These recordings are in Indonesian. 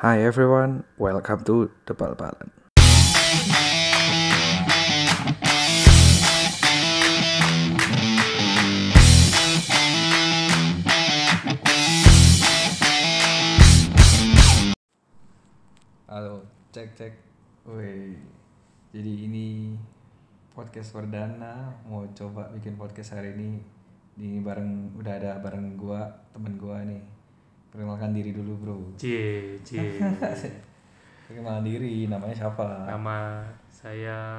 Hi everyone, welcome to The Bal-Balan. Halo, cek. Woi, jadi ini podcast perdana. Mau coba bikin podcast hari ini. Udah ada bareng gua, temen gua nih. Perkenalkan diri dulu bro. Perkenalkan diri, namanya siapa? Nama saya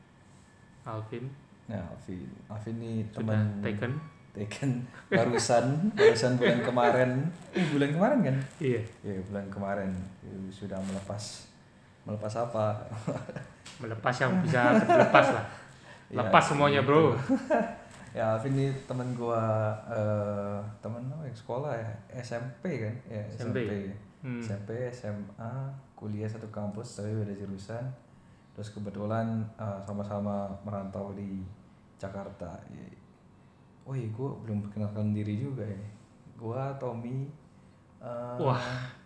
Alvin. Nah, Alvin nih Sudah teman Taken barusan bulan kemarin. Bulan kemarin kan? Iya. Iya, bulan kemarin sudah melepas apa? Melepas yang bisa terlepas lah. Lepas Ya, semuanya gitu. bro. Ya, Alvin ini teman gua, teman sekolah ya, SMP kan? Ya, SMP. SMP, SMA, kuliah satu kampus tapi beda jurusan. Terus kebetulan sama-sama merantau di Jakarta. Wih, gue belum perkenalkan diri juga ya. Gue Tommy. Wah.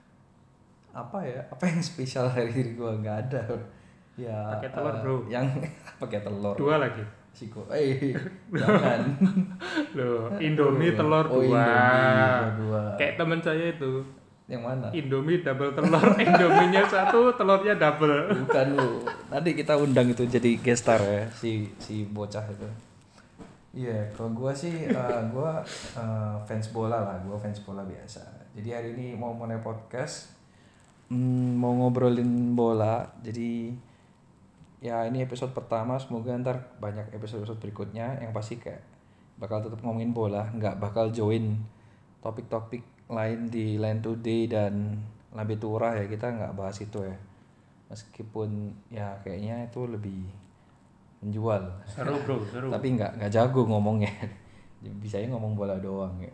Apa yang spesial dari diri gue? Gak ada. Ya. Pakai telur bro. Yang pakai telur. 2 lagi. Siko. Jangan. Loh, Indomie telur 2. Indomie dua. Kayak teman saya itu. Yang mana? Indomie double telur. Indominya 1, telurnya double. Bukan lu. Nanti kita undang itu jadi guest star ya si bocah itu. Iya, kalau gue sih, gue fans bola lah, gue fans bola biasa. Jadi hari ini mau mulai podcast, mau ngobrolin bola. Jadi ya ini episode pertama, semoga ntar banyak episode berikutnya yang pasti kayak bakal tetap ngomongin bola, nggak bakal join topik-topik lain di Line Today dan Lambe Turah ya, kita nggak bahas itu ya. Meskipun ya kayaknya itu lebih menjual. Seru bro, seru. Tapi nggak jago ngomongnya. Bisanya ngomong bola doang ya.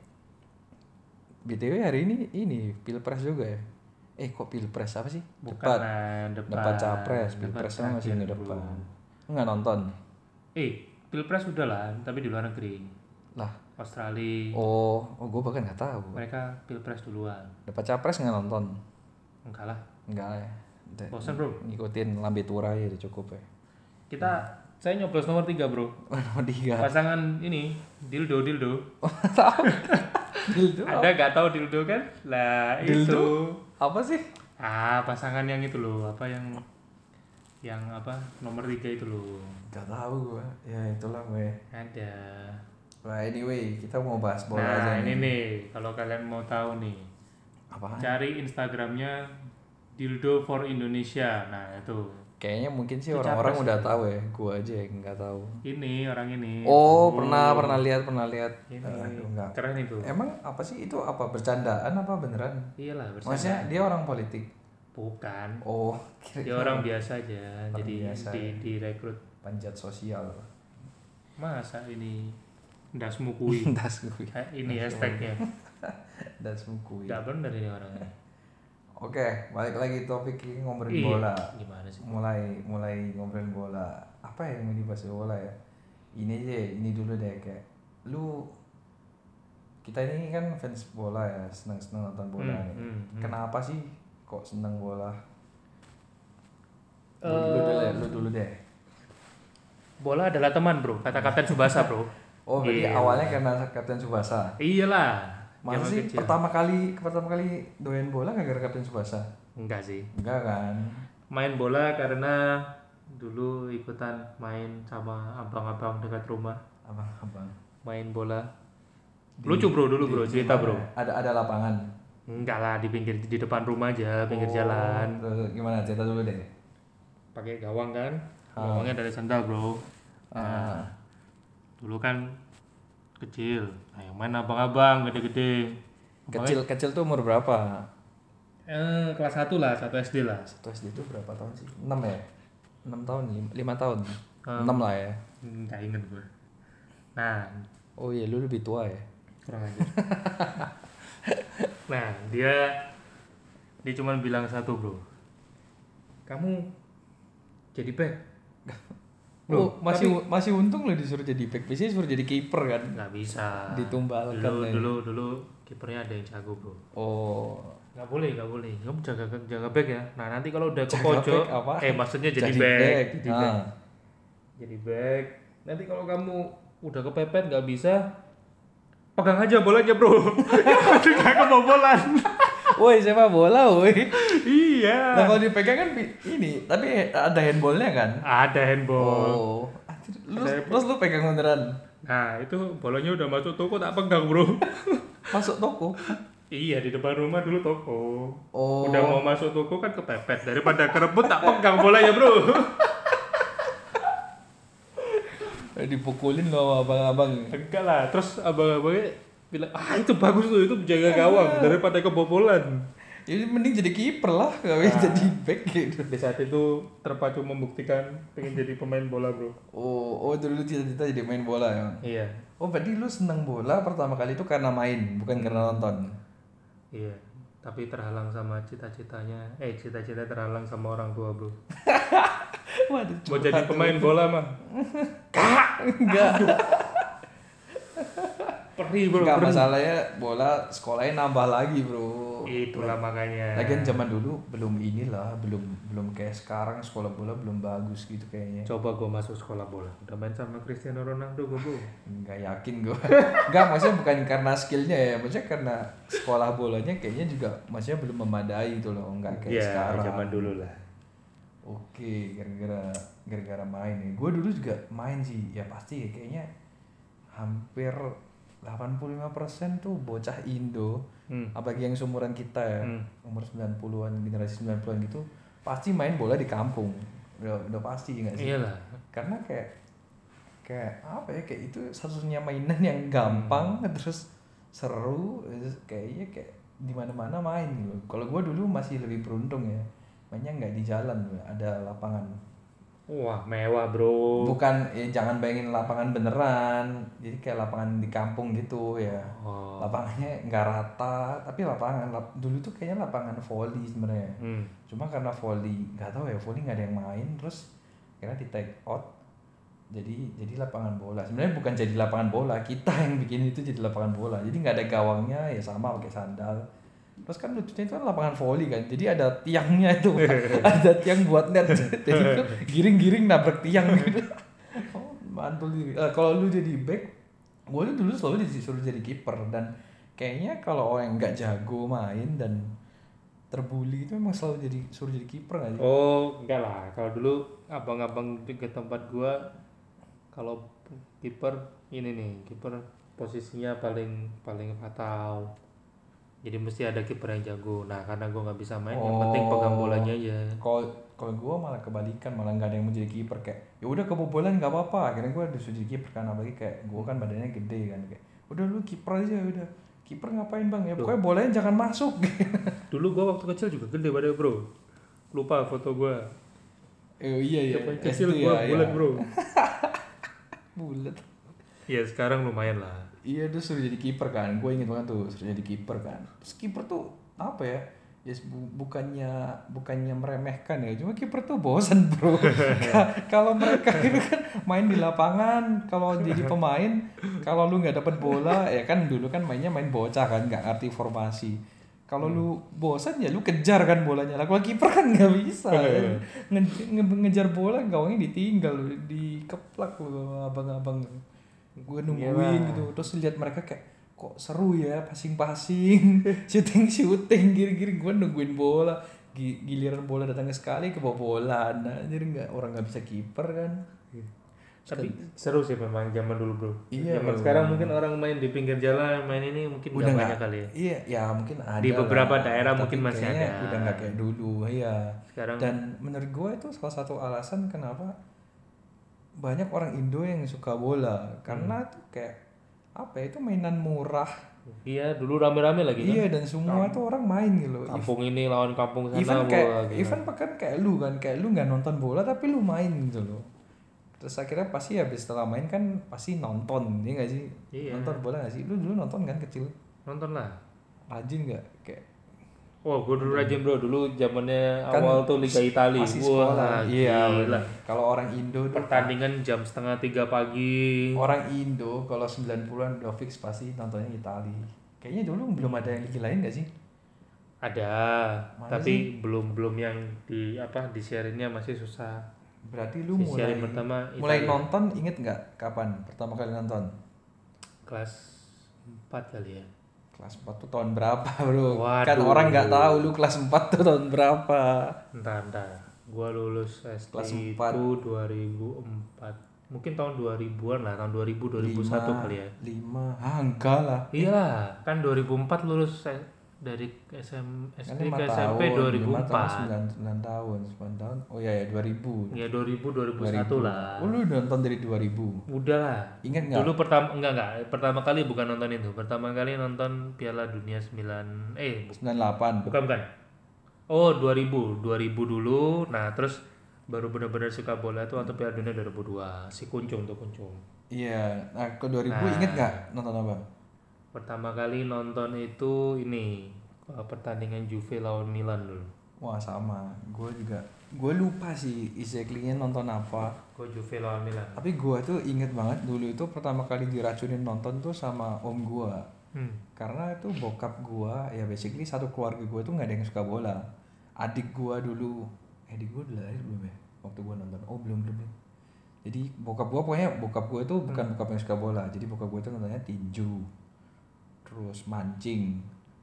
BTW hari ini Pilpres juga ya. Kok Pilpres apa sih? Bukan debat Capres. Pilpresnya masih di depan. Nggak nonton? Pilpres udah lah, tapi di luar negeri. Lah. Australia. Oh, gue bahkan nggak tahu. Mereka Pilpres duluan. Debat Capres nggak nonton? Enggak lah. Enggak ya. Bosan bro. Ngikutin Lambe Turah ya udah cukup ya. Saya nyoblos nomor 3 bro. Nomor 3. Pasangan ini dildo. Tahu. Dildo. Ada nggak tahu dildo kan? Lah Dildo? itu. Apa sih? Pasangan yang itu loh, yang apa? Nomor 3 itu loh. Gak tahu gue. Ya itulah gue. Ada. Nah anyway, kita mau bahas bola aja Nah, nih. ini nih, kalau kalian mau tahu nih. Apaan? Cari Instagramnya Dildo for Indonesia. Nah, itu. Kayaknya mungkin sih Itu orang-orang capres udah tuh. tahu ya, gua aja yang nggak tahu. Ini orang ini. Oh, pernah lihat. Ini. Enggak. Keren itu. Emang apa sih itu, apa bercandaan apa beneran? Iyalah, bercanda. Maksudnya dia orang politik. Bukan. Oh, Dia orang biasa aja. Orang Jadi biasa. direkrut. Panjat sosial. Masa ini ndas mukui. Das gue. Ini hashtagnya. Das mukui. Tidak benar ini orangnya. Oke, balik lagi topik ini ngomongin Iya, bola. gimana sih? Mulai ngomongin bola. Apa yang mau dibahas bola ya? Ini dulu deh, kayak kita ini kan fans bola ya, seneng nonton bola nih. Kenapa sih kok seneng bola? Lu dulu deh. Bola adalah teman bro, kata Kapten Tsubasa bro. Oh, berarti Iya. awalnya karena Kapten Tsubasa. Iyalah. Masa zaman sih kecil. pertama kali doyan bola nggak gara Kapten Tsubasa? Enggak sih. Enggak kan? Main bola karena dulu ikutan main sama abang-abang dekat rumah. Abang. Main bola. Lucu bro dulu bro, cerita Gimana? bro. Ada lapangan. Enggak lah, di depan rumah aja, pinggir jalan. Terus gimana, cerita dulu deh. Pakai gawang kan? Gawangnya dari sandal bro. Nah, dulu kan kecil. Nah, yang main abang-abang gede-gede. Kecil tuh umur berapa? Kelas 1 lah, 1 SD lah. 1 SD itu berapa tahun sih? 6 ya? 6 tahun, 5 tahun? 6 lah ya? Nggak inget gue. Nah, Oh iya, lu lebih tua ya? kurang aja. Nah, dia cuma bilang satu bro. Kamu jadi back? Oh, masih untung lo disuruh jadi back, biasanya disuruh jadi kiper kan. Nggak bisa. Ditumbalkan. Dulu kipernya ada yang jago, Bro. Oh. Nggak boleh. Kamu jaga back ya. Nah, nanti kalau udah ke pojok, maksudnya jadi back. Jadi back. Nanti kalau kamu udah kepepet nggak bisa, pegang aja bolanya, Bro. Nggak kebobolan. Woi, sepak bola, woi. Iya. Nah, kalau dipegang kan ini, tapi ada handballnya kan? Ada handball. Oh. Terus lu pegang beneran? Nah, itu bolanya udah masuk toko tak pegang, Bro. Masuk toko? Iya, di depan rumah dulu toko. Oh. Udah mau masuk toko kan kepepet. Daripada kerebut tak pegang bolanya, Bro. Dipukulin lo sama abang-abang. Enggak lah. Terus abang-abangnya bilang, itu bagus tuh, itu menjaga gawang daripada kebobolan. Jadi mending jadi kiper lah, gak bisa jadi back gitu. Di saat itu terpacu membuktikan pengen jadi pemain bola, Bro. Oh, dulu cita-cita jadi main bola ya? Iya. Oh, berarti lu seneng bola pertama kali itu karena main, bukan karena nonton? Iya. Tapi terhalang sama cita-citanya. Cita-cita terhalang sama orang tua, Bro. Waduh, mau jadi pemain bola mah? Enggak. Perih, Bro. Enggak, masalahnya bola sekolahnya nambah lagi, Bro. Itulah makanya. Lagian zaman dulu belum kayak sekarang, sekolah bola belum bagus gitu kayaknya. Coba gue masuk sekolah bola, udah main sama Cristiano Ronaldo gue, Bro. Enggak yakin gue. Enggak, maksudnya bukan karena skillnya ya, maksudnya karena sekolah bolanya kayaknya juga maksudnya belum memadai gitu loh, enggak kayak sekarang. Iya, zaman dulu lah. Oke, gara-gara main ya. Gue dulu juga main sih, ya pasti ya, kayaknya hampir 85% tuh bocah Indo, apalagi yang seumuran kita ya, umur 90-an, generasi 90-an gitu, pasti main bola di kampung. Udah pasti enggak sih? Iyalah. Karena kayak apa ya, kayak itu satu-satunya mainan yang gampang, terus seru, kayaknya kayak di mana-mana main gitu. Kalau gue dulu masih lebih beruntung ya, mainnya nggak di jalan, ada lapangan. Wah, mewah, Bro. Bukan, ya jangan bayangin lapangan beneran, jadi kayak lapangan di kampung gitu ya. Lapangannya nggak rata, tapi dulu tuh kayaknya lapangan volley sebenarnya. Cuma karena volley nggak tahu ya, volley nggak ada yang main, terus karena di take out, jadi lapangan bola. Sebenarnya bukan jadi lapangan bola, kita yang bikin itu jadi lapangan bola. Jadi nggak ada gawangnya, ya sama pakai sandal. Terus kan lucunya itu kan lapangan volley kan, jadi ada tiangnya itu, ada tiang buat net, jadi kan giring-giring nabrak tiang gitu. Mantul diri. Kalau lu jadi back, gue dulu selalu disuruh jadi kiper, dan kayaknya kalau orang nggak jago main dan terbully itu memang selalu suruh jadi kiper nggak sih? Oh, enggak lah. Kalau dulu abang-abang ke tempat gua, kalau kiper ini nih, kiper posisinya paling fatal. Jadi mesti ada kiper yang jago. Nah, karena gue nggak bisa main, yang penting pegang bolanya aja. Kalau gue malah kebalikan, malah nggak ada yang mau jadi kiper, kayak ya udah kebobolan nggak apa-apa. Akhirnya gue disuruh jadi kiper, karena apalagi kayak gue kan badannya gede kan, kayak udah lu kiper aja udah. Kiper ngapain bang? Ya pokoknya bolanya jangan masuk. Dulu gue waktu kecil juga gede badannya, Bro. Lupa foto gue. Iya. Kecil gue bulat, Bro. Bulat. Iya, sekarang lumayan lah. Iya, terus suruh jadi kiper kan, gue inget banget tuh suruh jadi kiper kan. Terus kiper tuh apa ya? Ya bukannya meremehkan ya, cuma kiper tuh bosan, Bro. Kalau mereka itu kan main di lapangan, kalau jadi pemain, kalau lu nggak dapet bola, ya kan dulu kan mainnya main bocah kan, nggak ngerti formasi. Kalau lu bosan ya lu kejar kan bolanya. Lah kalau kiper kan nggak bisa. Ngejar bola gawangnya ditinggal, dikeplak lu abang-abang. Gue nungguin gitu, terus lihat mereka kayak kok seru ya, passing shooting giring gue nungguin bola, giliran bola datangnya sekali kebobolan. Nah, jadi orang nggak bisa kiper kan. Tapi seru sih memang zaman dulu, Bro. Iya, zaman sekarang mungkin orang main di pinggir jalan, main ini mungkin udah banyak kali ya. Iya, ya mungkin ada di beberapa daerah tapi mungkin masih ada. Udah nggak kayak dulu ya. Sekarang. Dan menurut gue itu salah satu alasan kenapa banyak orang Indo yang suka bola, karena tuh kayak apa ya, itu mainan murah. Iya, dulu rame-rame lagi kan. Iya, dan semua tuh orang main gitu. Kampung ini lawan kampung sana. Even bahkan kayak lu nggak nonton bola tapi lu main gitu loh. Terus akhirnya pasti habis setelah main kan pasti nonton, ya nggak sih? Iya. Nonton bola nggak sih? Lu dulu nonton kan kecil? Nonton lah. Rajin nggak kayak? Oh, gue dulu rajin bro, dulu zamannya Kan awal tuh Liga Italia. masih sekolah. Iya, gila. kalau orang Indo tuh Pertandingan jam 2:30 pagi. orang Indo kalau 90-an udah fix pasti nontonnya Itali. Kayaknya dulu belum ada yang lagi lain gak sih? Ada, Mana tapi belum yang di sharingnya masih susah. Berarti lu Si sharing pertama mulai Italia. nonton inget nggak kapan pertama kali nonton? Kelas 4 kali ya. Kelas 4 tuh tahun berapa bro? Waduh. Kan orang nggak tahu lu kelas 4 tuh tahun berapa. Entar. Gua lulus SD Kelas itu 4. 2004. Mungkin tahun 2000-an lah, tahun 2000 2001 kali ya. 5. Ah, enggak lah. Iya, kan 2004 lulus dari SD Kan 5 ke SMP tahun, 5 tahun, 2004. 9 tahun, 9 tahun. Oh iya ya 2000. Ya 2001 lah. Oh, lu udah nonton dari 2000. Udah lah. Ingat nggak? Dulu enggak. Pertama kali bukan nonton itu. Pertama kali nonton Piala Dunia 98. bukan. Oh, 2000 dulu. Nah, terus baru benar-benar suka bola itu waktu Piala Dunia 2002. Si Kuncung. Iya, nah ke 2000 Nah. inget nggak nonton apa? Pertama kali nonton itu pertandingan Juve lawan Milan dulu. Wah sama, gue juga. Gue lupa sih exactly-nya nonton apa. Gue Juve lawan Milan. Tapi gue tuh inget banget dulu itu pertama kali diracunin nonton tuh sama om gue. Karena itu bokap gue, ya basically satu keluarga gue tuh nggak ada yang suka bola. Adik gue dulu, adik gue udah lahir belum ya? Waktu gue nonton, oh belum. Jadi bokap gue tuh bukan bokap yang suka bola. Jadi bokap gue tuh nontonnya tinju, terus mancing.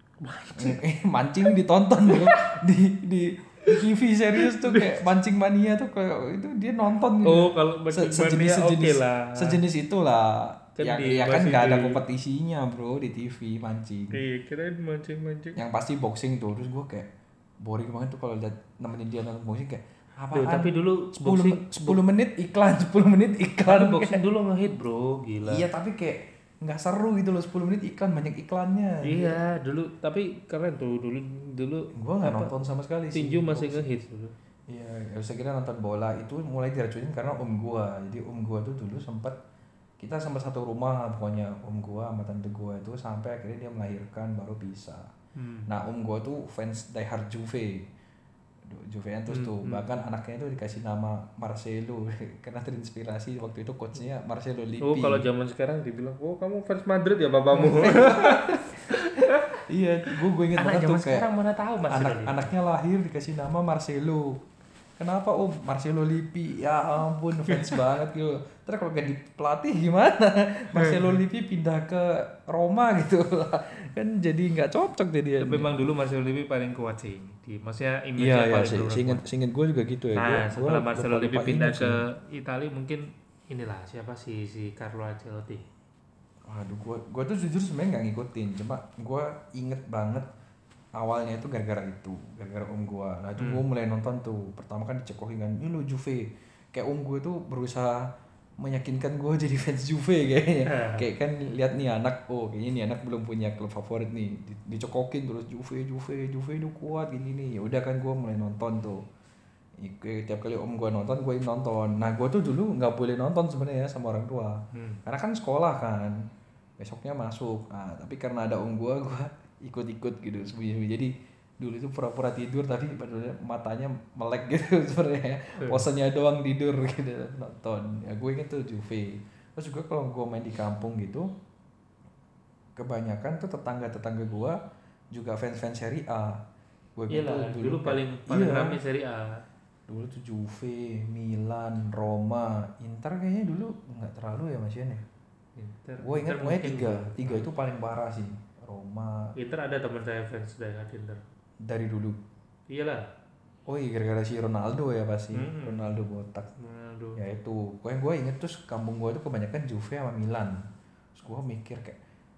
Mancing ditonton bro di TV serius tuh kayak Mancing Mania tuh kayak itu dia nonton gitu. Oh, kalau Mancing Mania oke lah. Sejenis itulah. Kan Ya kan nggak ada kompetisinya bro di TV mancing. Iya, kirain mancing. Yang pasti boxing tuh. Terus gue kayak boring banget tuh kalau lihat nemenin dia nonton boxing kayak apaan? Tapi dulu 10 menit iklan, 10 menit iklan. boxing dulu ngehit bro, gila. Iya tapi kayak nggak seru gitu loh, 10 menit iklan, banyak iklannya. Iya, dulu tapi keren tuh dulu. Gua nggak nonton sama sekali sih. Tinju masih ngehit dulu. Iya, saya kira nonton bola itu mulai diracunin karena om gua. Jadi om gua tuh dulu kita sempat satu rumah pokoknya, om gua sama tante gua itu sampai akhirnya dia melahirkan baru pisah. Nah om gua tuh fans diehard Juve. Juventus tuh, bahkan anaknya itu dikasih nama Marcelo karena terinspirasi waktu itu coachnya Marcelo Lippi. Oh, kalau zaman sekarang dibilang, oh kamu fans Madrid ya bapakmu. Iya, gue inget banget tuh kayak sekarang mana tahu anaknya lahir dikasih nama Marcelo. Kenapa om? Marcelo Lippi, ya ampun fans banget gitu. Terus kalau ganti pelatih gimana? Marcelo Lippi pindah ke Roma gitu kan jadi nggak cocok jadi. Tapi memang dulu Marcelo Lippi paling kuat sih. Maksudnya Iya, image-nya paling seinget gue juga gitu ya. Nah, setelah Marcelo Lippi pindah ke sih. Italia mungkin inilah siapa si Carlo Ancelotti. Waduh, gue tuh jujur sebenarnya nggak ngikutin, cuma gue inget banget awalnya itu gara-gara om gue. Nah itu gue mulai nonton tuh, pertama kan dicekokin kan, ini lo Juve. Kayak om gue tuh berusaha meyakinkan gue jadi fans Juve kayaknya. Kayak kan lihat nih anak, oh kayaknya nih anak belum punya klub favorit nih, dicekokin terus Juve itu kuat gini nih. Ya udah kan gue mulai nonton tuh. Tiap kali om gue nonton, gue nonton. Nah gue tuh dulu nggak boleh nonton sebenarnya sama orang tua, karena kan sekolah kan, besoknya masuk. Nah tapi karena ada om gue ikut-ikut gitu sembunyi-sembunyi. Jadi dulu itu pura-pura tidur tapi matanya melek gitu sebenarnya. Posenya doang tidur gitu nonton. Ya gue inget tuh Juve. Terus juga kalau gue main di kampung gitu, kebanyakan tuh tetangga gue juga fans Serie A. Gue gitu dulu paling ramai Serie A. Dulu tuh Juve, Milan, Roma, Inter kayaknya dulu nggak terlalu ya Mas Yan ya. Gue ingat pokoknya tiga itu paling parah sih. Roma. Inter ada teman saya fans dari Inter. Dari dulu. Iyalah. Oh iya gara-gara si Ronaldo ya pasti. Ronaldo botak. Ya itu. Pokoknya gue inget terus kampung gue tuh kebanyakan Juve sama Milan. Terus gue mikir kayak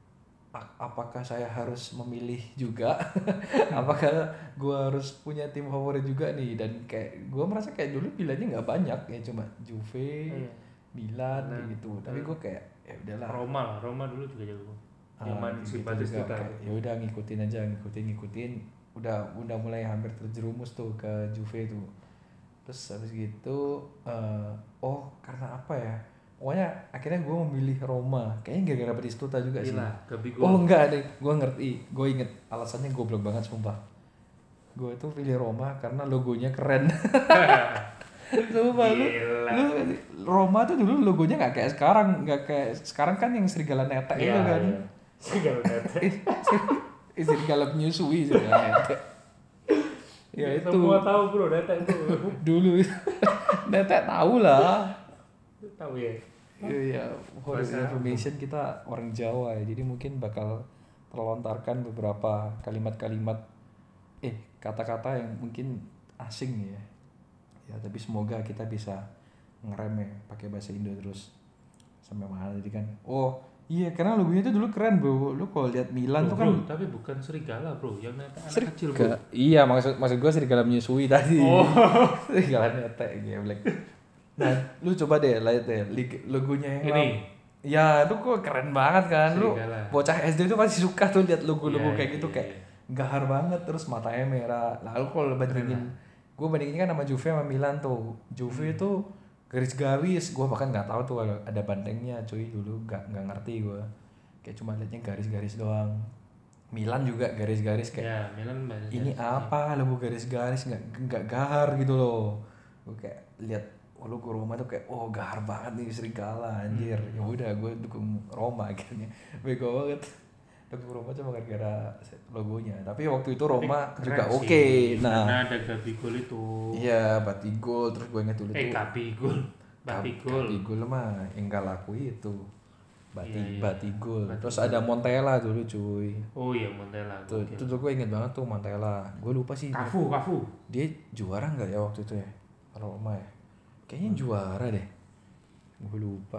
apakah saya harus memilih juga? Apakah gue harus punya tim favorit juga nih? Dan kayak gue merasa kayak dulu pilihannya nggak banyak ya, cuma Juve, Milan gitu. Tapi gue kayak ya udahlah. Roma dulu juga jago. Zaman si gitu juga. Ya udah ngikutin aja, ngikutin. Udah mulai hampir terjerumus tuh ke Juve tuh. Terus habis gitu karena apa ya? Pokoknya akhirnya gue memilih Roma. Kayaknya gara-gara Batistuta juga sih. Gila, Oh enggak deh, gue ngerti. Gue inget alasannya goblok banget sumpah. Gue tuh pilih Roma karena logonya keren. Coba lu Roma tuh dulu logonya nggak kayak sekarang kan yang serigala netek itu kan. Iya. Serigala netek. Serigala menyusui serigala netek. Ya itu. Semua tahu bro netek itu. Dulu netek tahu lah. Tahu ya. Iya, for information kita orang Jawa ya, jadi mungkin bakal terlontarkan beberapa kalimat-kalimat kata-kata yang mungkin asing ya. Ya tapi semoga kita bisa ngerem ya pakai bahasa Indo terus sampai mana jadi kan. Oh iya karena logonya itu dulu keren bro. Lu kalau lihat Milan tuh kan. Bro, tapi bukan serigala bro, yang netek anak kecil bro. Iya maksud gue serigala menyusui tadi. Oh. Serigala netek geblek. Nah lu coba deh lihat deh logonya yang ini. Ya itu kok keren banget kan. Serigala. Lu bocah SD tuh pasti suka tuh lihat logo-logo kayak gitu iya. kayak gahar banget terus matanya merah. Lalu kalau gue bandingin kan sama Juve sama Milan tuh. Juve tuh garis-garis, gue bahkan nggak tahu tuh ada bantengnya cuy dulu nggak ngerti gue. Kayak cuma liatnya garis-garis doang. Milan juga garis-garis kayak. Ya, Milan ini apa logo garis-garis nggak gahar gitu loh. Gue kayak lihat logo Roma tuh kayak gahar banget nih serigala anjir. Ya udah gue dukung Roma akhirnya. Bego banget. Dukung Roma cuma gara-gara logonya. Tapi waktu itu Roma juga oke. Nah, karena ada Gabigol itu. Iya, Batigol terus gue inget dulu tuh. Gabigol. Batigol mah yang gak laku itu. Iya. Batigol. Terus ada Montella dulu cuy. Oh iya Montella. Itu gue inget banget tuh Montella. Gue lupa sih. Cafu. Dia juara nggak ya waktu itu ya? Roma ya. Kayaknya juara deh. Gue lupa.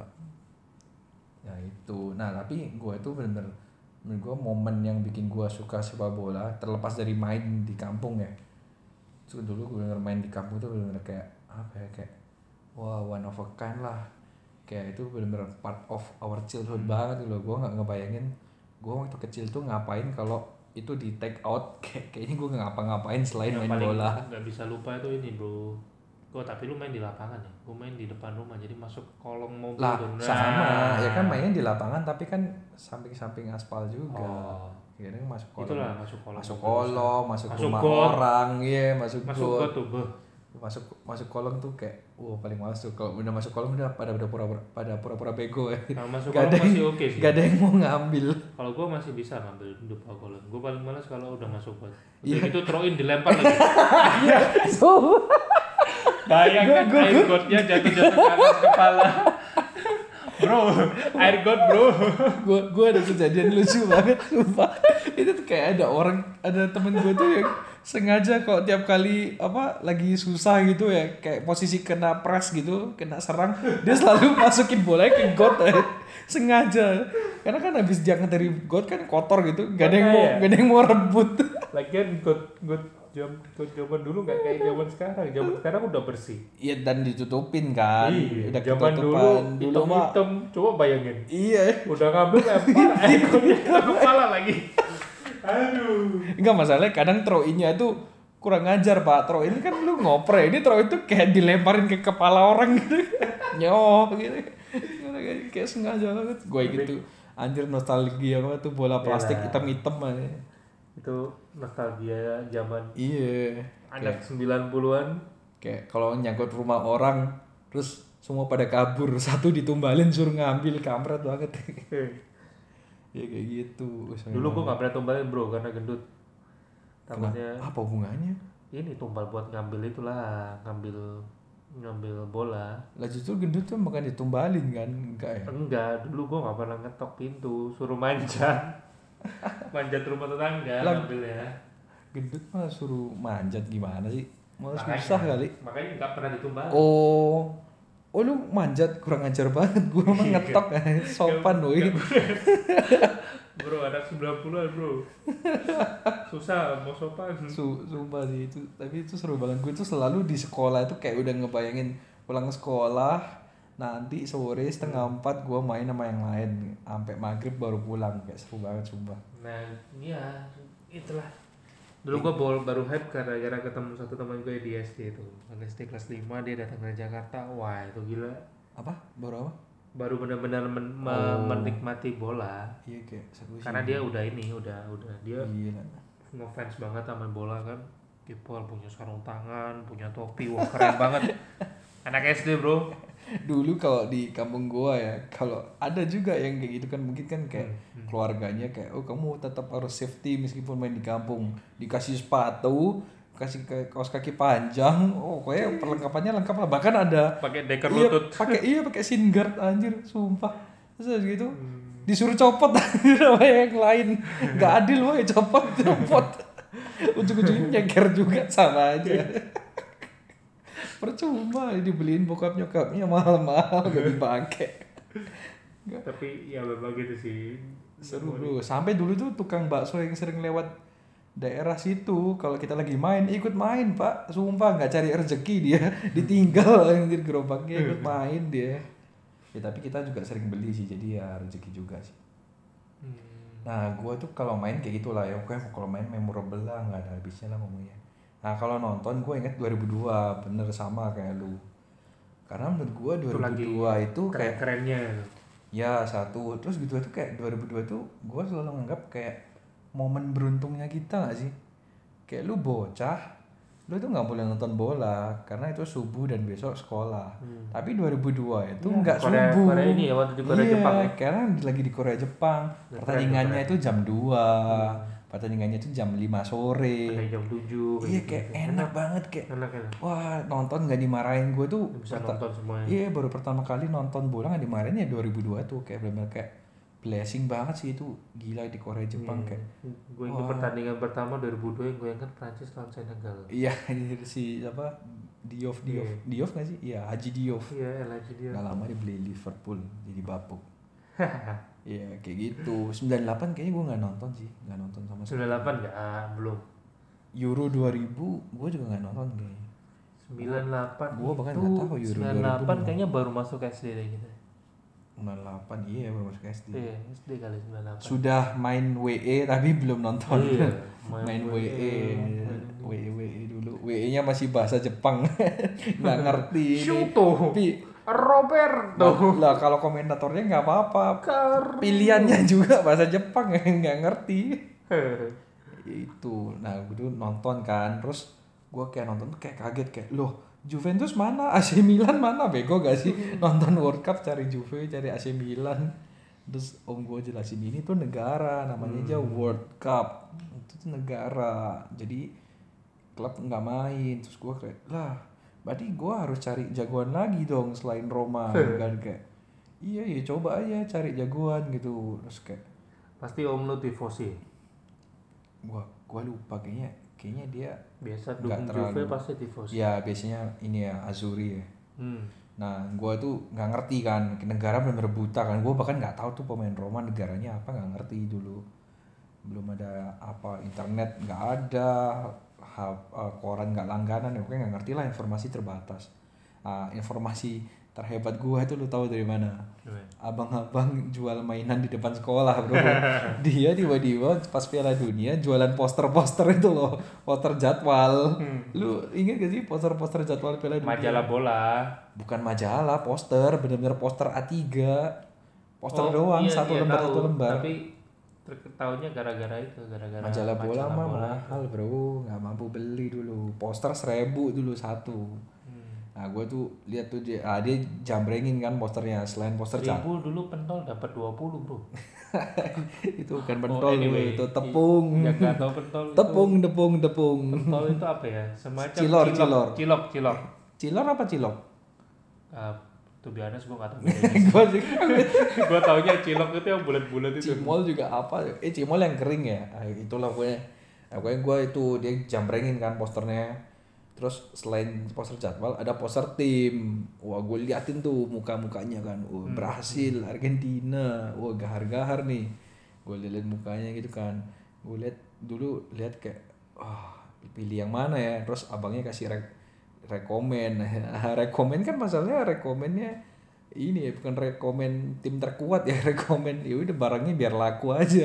Ya itu. Nah tapi gue tuh bener-bener menurut gue momen yang bikin gue suka sepak bola terlepas dari main di kampung ya. Terus dulu gue bener main di kampung tuh bener-bener kayak apa ya kayak wah one of a kind lah. Kayak itu bener-bener part of our childhood banget loh. Gue nggak ngebayangin gue waktu kecil tuh ngapain kalau itu di take out kayaknya gue nggak ngapa-ngapain selain yang main bola. Nggak bisa lupa itu ini bro. Tapi lu main di lapangan ya? Gue main di depan rumah jadi masuk kolong mobil. Lah sama ya kan mainnya di lapangan tapi kan samping-samping aspal juga. Kadang masuk kolong. Itulah masuk kolong. Masuk rumah orang, iya masuk got tuh, masuk kolong tuh kayak paling males tuh kalau udah masuk kolong udah pada pura-pura bego ya. Kalau masuk kolong masih oke sih. Gak ada yang mau ngambil. Kalau gue masih bisa ngambil depan kolong. Gue paling males kalau udah masuk got. Itu throw-in dilempar lagi. Bayangkan air gotnya jatuh-jatuh ke atas kepala. Bro, air got bro. Gue ada kejadian lucu banget sumpah. Itu tuh kayak ada temen gue tuh yang sengaja kok tiap kali lagi susah gitu ya kayak posisi kena press gitu, kena serang, dia selalu masukin bolanya ke got sengaja. Karena kan habis jangan dari got kan kotor gitu, gak ada yang mau rebut. Lagian got zaman dulu nggak kayak zaman sekarang udah bersih. Iya dan ditutupin kan. Iya, udah zaman dulu mah hitam coba bayangin. Iya. Udah ngambil lempar ekornya ke kepala lagi. Aduh. Enggak masalahnya kadang throw-in-nya itu kurang ngajar pak. Throw-in kan lu ngoper ini throw itu kayak dilemparin ke kepala orang gitu. Nyoh gitu. Kayak sengaja banget. Gue gitu anjir nostalgia banget tuh bola plastik hitam-hitam aja. Itu nostalgia zaman anak 90-an. Kayak kalau nyangkut rumah orang terus semua pada kabur, satu ditumbalin suruh ngambil, kampret banget. Ya kayak gitu. Dulu gua nggak pernah tumbalin bro karena gendut. Takutnya apa hubungannya? Ini tumbal buat ngambil itulah, ngambil bola. Lah justru gendut tuh bukan ditumbalin kan? Enggak ya? Enggak, dulu gua nggak pernah ngetok pintu, suruh manjat rumah tetangga ngambilnya. Gendut mah suruh manjat gimana sih? Malah susah kali. Makanya nggak pernah ditumbalin. Oh lu manjat kurang ajar banget. Gua mah ngetok sopan woi. Bro anak 90-an bro. Susah mau sopan. Sumpah sih itu. Tapi itu seru banget. Gue tuh selalu di sekolah itu kayak udah ngebayangin pulang sekolah nanti sore 3:30 gue main sama yang lain sampai maghrib baru pulang. Kayak seru banget sumpah. Nah iya itulah. Dulu gue baru hype gara-gara ketemu satu teman gue di SD itu. SD kelas 5 dia datang dari Jakarta. Wah itu gila. Apa? Baru apa? Baru benar-benar menikmati bola. Iya kayak seru sih. Karena dia udah dia ngefans banget sama bola kan. kiper punya sarung tangan, punya topi, wah keren banget. Anak SD bro. Dulu kalau di kampung gua ya, kalau ada juga yang kayak gitu kan, mungkin kan kayak keluarganya kayak, oh kamu tetap harus safety meskipun main di kampung, dikasih sepatu, kasih kaos kaki panjang, oh kayak perlengkapannya lengkap lah, bahkan ada Pakai deker iya lutut. pakai shin guard anjir, sumpah. Terus gitu disuruh copot sama yang lain, nggak adil woy, copot ujung-ujungnya nyeker juga sama aja. Percuma dibeliin bokap nyokapnya mahal-mahal gak dipakai. Tapi ya memang gitu sih. Seru bro, sampai dulu tuh tukang bakso yang sering lewat daerah situ, kalau kita lagi main ikut main pak, sumpah nggak cari rezeki dia, ditinggal anjir gerobaknya, ikut main dia. Ya tapi kita juga sering beli sih, jadi ya rezeki juga sih. Nah gue tuh kalau main kayak gitulah ya, oke kalau main memorable lah, nggak ada habisnya lah ngomongnya. Nah kalau nonton gue inget 2002, bener sama kayak lu. Karena menurut gue 2002 itu kayak keren-kerennya. ya satu, terus gitu tuh kayak 2002 tuh gue selalu nganggap kayak momen beruntungnya kita gak sih? Kayak lu bocah, lu tuh nggak boleh nonton bola karena itu subuh dan besok sekolah. Tapi 2002 itu nggak subuh. Korea ini ya, waktu di Korea Jepang ya. Karena lagi di Korea Jepang. Pertandingannya itu jam 2. Pertandingannya itu jam 5 sore. Kayak jam 7. Iya kayak enak banget kayak. Enak. Wah, nonton nggak dimarahin gue tuh. Bisa nonton semuanya. Iya, baru pertama kali nonton bola nggak dimarahin ya 2002 tuh, kayak benar-benar kayak blessing banget sih itu, gila di Korea Jepang kayak. Gue ingat pertandingan pertama 2002 yang gue ingat Prancis lawan Senegal. Iya, si apa Diouf nggak sih? Iya, Haji Diouf. Iya, Haji Diouf. Nggak lama dibeli Liverpool jadi bapuk. Iya kayak gitu. 98 kayaknya gue nggak nonton sih, nggak nonton sama sekali. 98 nggak, belum. Euro 2000 gue juga nggak nonton kayaknya. 98 gue bahkan nggak tahu Euro 98 kayaknya baru masuk SD deh gitu. 98 iya baru masuk SD. Iya, SD kali 98. Sudah main WE tapi belum nonton. Iya, main WE dulu. WE-nya masih bahasa Jepang. Nggak ngerti. Shuto. Tapi Roberto. Lah kalau komentatornya nggak apa-apa. Pilihannya juga bahasa Jepang nggak ngerti. Itu. Nah, gue tuh nonton kan. Terus gue kayak nonton tuh kayak kaget kayak, loh Juventus mana? AC Milan mana? Bego gak sih? Nonton World Cup cari Juve, cari AC Milan. Terus om gue jelasin ini tuh negara, namanya aja World Cup. Itu tuh negara. Jadi klub nggak main. Terus gue kayak, lah berarti gue harus cari jagoan lagi dong selain Roma. Kan kayak, iya coba aja cari jagoan gitu. Terus kayak, pasti om lu tifosi. Gua lupa kayaknya dia biasa dukung Juve pasti tifosi. Ya biasanya ini ya Azzurri ya. Nah gua tuh nggak ngerti kan, negara bener-bener buta kan. Gua bahkan nggak tahu tuh pemain Roma negaranya apa, nggak ngerti dulu. Belum ada apa, internet nggak ada, koran nggak langganan ya, pokoknya nggak ngerti lah, informasi terbatas. Informasi terhebat gua itu lu tahu dari mana? Abang-abang jual mainan di depan sekolah bro. Dia tiba-tiba pas Piala Dunia jualan poster-poster itu loh, poster jadwal. Lu inget gak sih poster-poster jadwal Piala Dunia? Majalah bola. Bukan majalah, poster, bener-bener poster A3. Poster doang, satu lembar. Tapi tahunnya gara-gara majalah bola mah mahal bro, nggak mampu beli dulu. Poster 1.000 dulu satu. Nah gue tuh lihat tuh dia jambrengin kan posternya, selain poster 1.000 dulu pentol dapat 20 bro. Itu bukan pentol anyway, itu tepung. Ya gak tau pentol. Tepung. Pentol itu apa ya? Semacam cilok. Cilor apa cilok? Tuh biasa gue gak tau bedanya. Gue taunya cilok itu yang bulat-bulat itu. Cimol juga apa? Cimol yang kering ya. Itulah pokoknya. Pokoknya gue itu dia jambrengin kan posternya. Terus selain poster jadwal ada poster tim. Wah gue liatin tuh muka-mukanya kan. Brasil, Argentina. Wah gahar-gahar nih. Gue liat mukanya gitu kan. Gue lihat kayak pilih yang mana ya. Terus abangnya kasih rekomen. Rekomen kan masalahnya rekomennya ini ya, bukan rekomen tim terkuat ya, rekomen ya udah barangnya biar laku aja.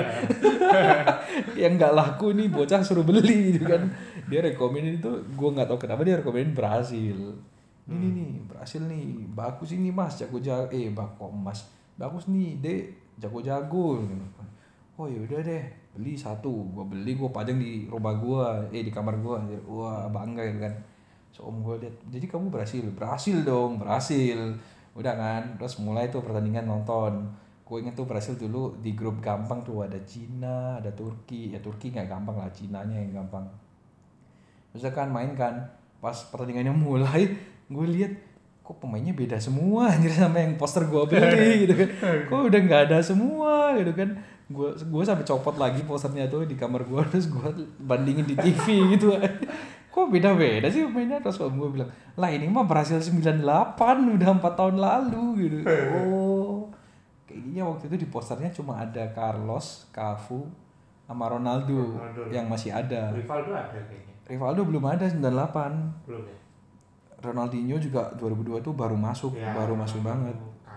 Yang nggak laku nih bocah suruh beli gitu kan. Dia rekomen itu, gue nggak tahu kenapa dia rekomenin Brasil. Ini nih Brasil nih bagus ini mas, bagus nih dek, jago-jago. Oh ya udah deh, beli satu, gue pajang di rumah gue, di kamar gue. Wah bangga gitu kan. So om gue lihat, jadi kamu berhasil dong, berhasil. Udah kan, terus mulai tuh pertandingan nonton. Gue inget tuh berhasil dulu di grup gampang tuh, ada Cina, ada Turki. Ya Turki nggak gampang lah, Cinanya yang gampang. Terus kan main kan, pas pertandingannya mulai, gue lihat kok pemainnya beda semua anjir sama yang poster gue beli gitu kan. Kok udah nggak ada semua gitu kan. Gue sampai copot lagi posternya tuh di kamar gue, terus gue bandingin di TV gitu. Kok beda-beda sih pemainnya. Terus om gue bilang, lah ini mah Brasil 98, udah 4 tahun lalu gitu. Oh kayaknya waktu itu di posternya cuma ada Carlos, Cafu, sama Ronaldo yang masih ada. Rivaldo ada kayaknya. Rivaldo belum ada 98. Belum ya? Ronaldinho juga 2002 tuh baru masuk, Ya, baru masuk banget.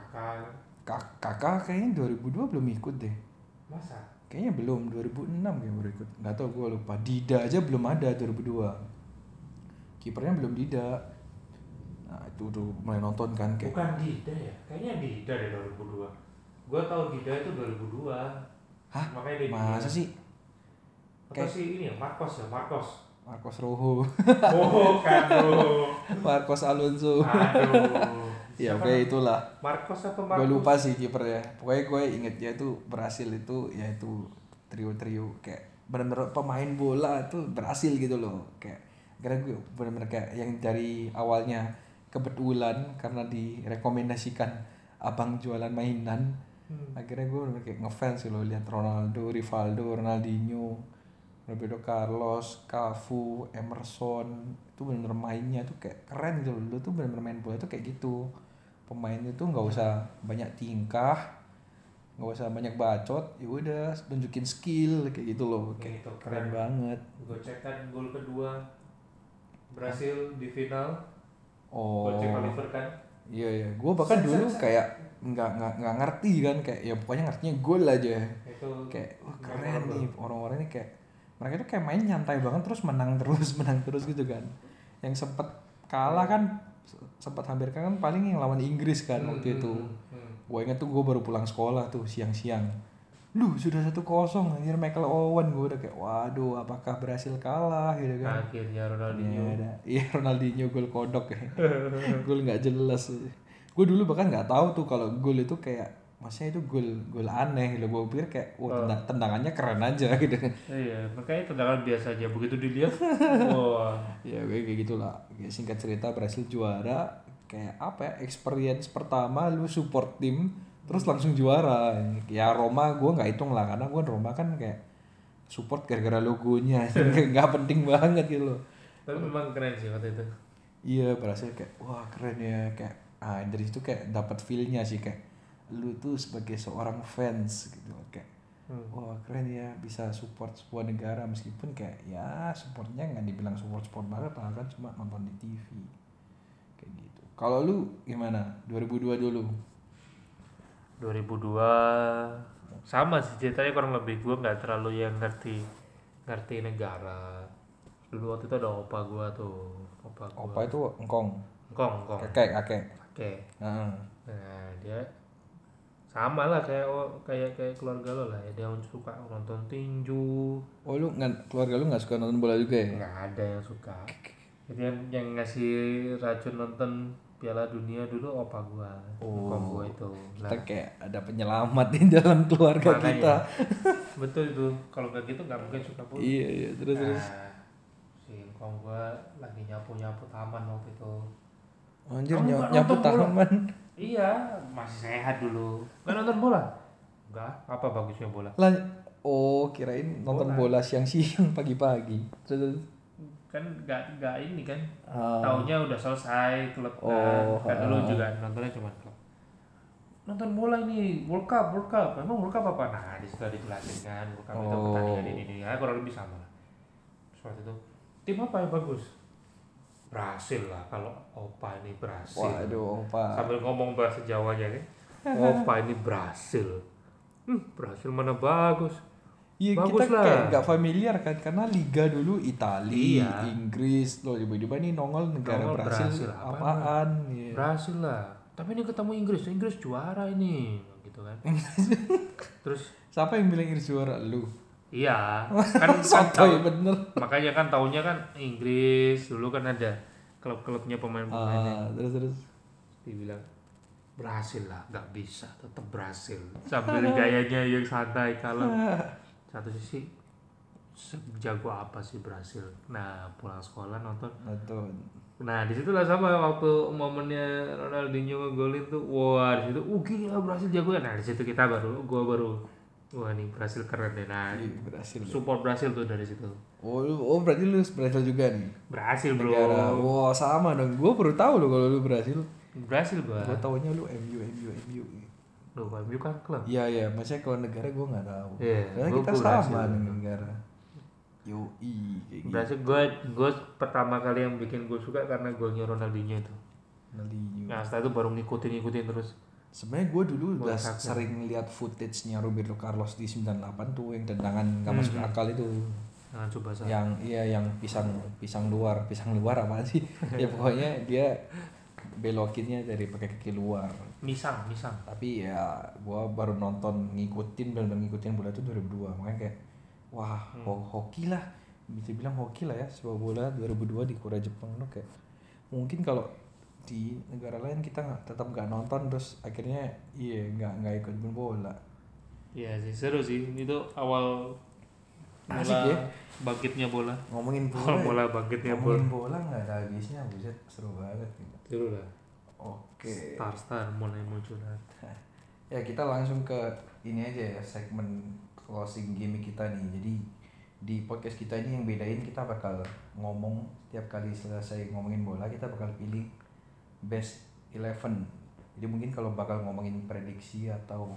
Kakak Kakak kayaknya 2002 belum ikut deh. masa? Kayaknya belum, 2006 kayak baru ikut. Nggak tahu, gue lupa. Dida aja belum ada 2002. Kipernya belum Dida. Nah itu tuh mulai nonton kan kayak. Bukan Dida ya? Kayaknya Dida deh 2002. Gue tahu Dida itu 2002. Hah? Makanya dia Masa sih? Atau si ini ya, Marcos. Marcos Rojo. Oh, bro. Marcos Alonso. Aduh. Ya oke itulah. Marcos atau Marcos? Gue lupa sih kipernya. Pokoknya gue ingetnya itu berhasil itu, ya itu trio kayak benar-benar pemain bola tuh berhasil gitu loh. Kayak karena gue benar-benar kayak yang dari awalnya kebetulan karena direkomendasikan abang jualan mainan. Akhirnya gue bener-bener kayak ngefans gitu loh, lihat Ronaldo, Rivaldo, Ronaldinho, Roberto Carlos, Cafu, Emerson. Itu bener-bener mainnya tuh kayak keren gitu loh. Dulu tuh bener-bener main bola tuh kayak gitu. Pemainnya tuh nggak usah banyak tingkah, nggak usah banyak bacot, ya udah tunjukin skill kayak gitu loh. Kayak Gitu, keren banget. Gue cek kan gol kedua Brasil di final. Oh. Gue cek Oliver kan. Iya. Gue bahkan dulu kayak nggak ngerti kan, kayak ya pokoknya ngertinya gol aja. Itu Kayak wah keren nih orang-orang ini, kayak mereka tuh kayak main nyantai banget terus menang terus gitu kan. Yang sempet kalah kan, sempat hampir kan paling yang lawan Inggris kan waktu itu. Gue inget tuh gue baru pulang sekolah tuh siang-siang. Sudah 1-0 anjir, Michael Owen. Gue udah kayak waduh, apakah berhasil kalah gitu kan. Akhirnya Ronaldinho. Iya Ronaldinho gol kodok ya. Gol nggak jelas. Gue dulu bahkan nggak tahu tuh kalau gol itu kayak maksudnya itu gol aneh gitu. Gue pikir kayak tendangannya keren aja gitu kan. Iya, makanya tendangan biasa aja, begitu dilihat wah. Ya kayak gitulah. Kayak singkat cerita berhasil juara, kayak apa ya, experience pertama lu support tim terus langsung juara. Ya Roma gue nggak hitung lah, karena gue Roma kan kayak support gara-gara logonya. Nggak penting banget gitu loh. Tapi memang keren sih waktu itu. Iya berhasil kayak wah keren ya, kayak dari situ kayak dapat feel-nya sih, kayak lu tuh sebagai seorang fans gitu kayak wah keren ya bisa support sebuah negara, meskipun kayak ya supportnya nggak dibilang support banget lah kan, cuma nonton di TV kayak gitu. Kalau lu gimana 2002 dulu? 2002 sama sih ceritanya kurang lebih. Gue nggak terlalu yang ngerti negara. Dulu waktu itu ada opa gue tuh. Opa itu engkong. Kakek. Nah dia sama lah kayak keluarga lo lah ya, dia suka nonton tinju. Oh lu keluarga lu nggak suka nonton bola juga ya? Nggak ada yang suka. Jadi yang ngasih racun nonton Piala Dunia dulu opa gua. Opa gua itu. Kita kayak ada penyelamat di dalam keluarga makanya, kita. Betul itu. Kalau nggak gitu nggak mungkin suka pun. Iya terus. Si engkong gua lagi nyapu taman waktu itu. Anjir nyapu taman. Iya, masih sehat dulu. Nggak nonton bola? Enggak, apa bagusnya bola? Lah, kirain nonton bola siang-siang pagi-pagi. Terus kan nggak ini kan. Taunya udah selesai klub kan dulu juga nontonnya cuma klub. Nonton bola ini World Cup. Emang World Cup apa? Nah, di situ dijelasin kan World Cup itu pertandingan ini ya, kurang lebih sama lah. Seperti itu. Tim apa yang bagus? Brasil lah, kalau opa ini Brasil. Waduh, opa. Sambil ngomong bahasa Jawanya kan. Opa ini Brasil. Brasil mana bagus? Iya kita lah. Kayak nggak familiar kan, karena liga dulu Italia, Inggris, loh tiba-tiba nih nongol negara Brasil apaan? Yeah. Brasil lah. Tapi ini ketemu Inggris juara ini, gitu kan. Terus siapa yang bilang Inggris juara? Lu? Iya, kan Sotoy bener. makanya kan taunya kan Inggris dulu kan ada klub-klubnya pemain-pemainnya. Terus Dibilang berhasil lah, nggak bisa, tetap berhasil. Sambil gayanya yang santai kalau satu sisi sejago apa sih berhasil. Nah pulang sekolah nonton. Nah disitulah sama waktu momennya Ronaldinho ngegolin tuh, wah di situ, gila berhasil jago ya. Nah di situ gua baru, wah nih berhasil keren deh. Nah berhasil. support Brasil tuh dari situ. Oh berarti lu berhasil juga nih. Berhasil bro. Negara. Wah sama dong. Gue baru tahu lo kalau lu berhasil. Berhasil gua. Gue taunya lu MU. Loh, MU kan klub. Iya, maksudnya kalau negara gue nggak tahu. Iya, Karena kita sama dengan negara. Yoi, kayak gitu. Berhasil gue pertama kali yang bikin gue suka karena golnya Ronaldinho itu. Nah setelah itu baru ngikutin terus. Sebenarnya gue dulu udah sering lihat footage-nya Roberto Carlos di 98 tuh yang tendangan nggak masuk akal itu. Jangan coba salah. Yang pisang luar apa sih? Ya pokoknya dia belokinnya dari pakai kaki luar. Misang. Tapi ya gue baru ngikutin bola itu 2002. Makanya kayak wah hoki lah, bisa bilang hoki lah ya sepak bola 2002 di Korea Jepang tuh kayak mungkin kalau di negara lain kita tetap nggak nonton terus akhirnya nggak ikut bola. Iya sih seru sih itu awal asik ya bangkitnya bola. Ngomongin bola nggak ada habisnya, buset seru banget gitu. Seru lah. Oke. Star mulai muncul. Ya kita langsung ke ini aja ya, segmen closing gimmick kita nih. Jadi di podcast kita ini yang bedain, kita bakal ngomong tiap kali selesai ngomongin bola kita bakal pilih best 11. Jadi mungkin kalau bakal ngomongin prediksi atau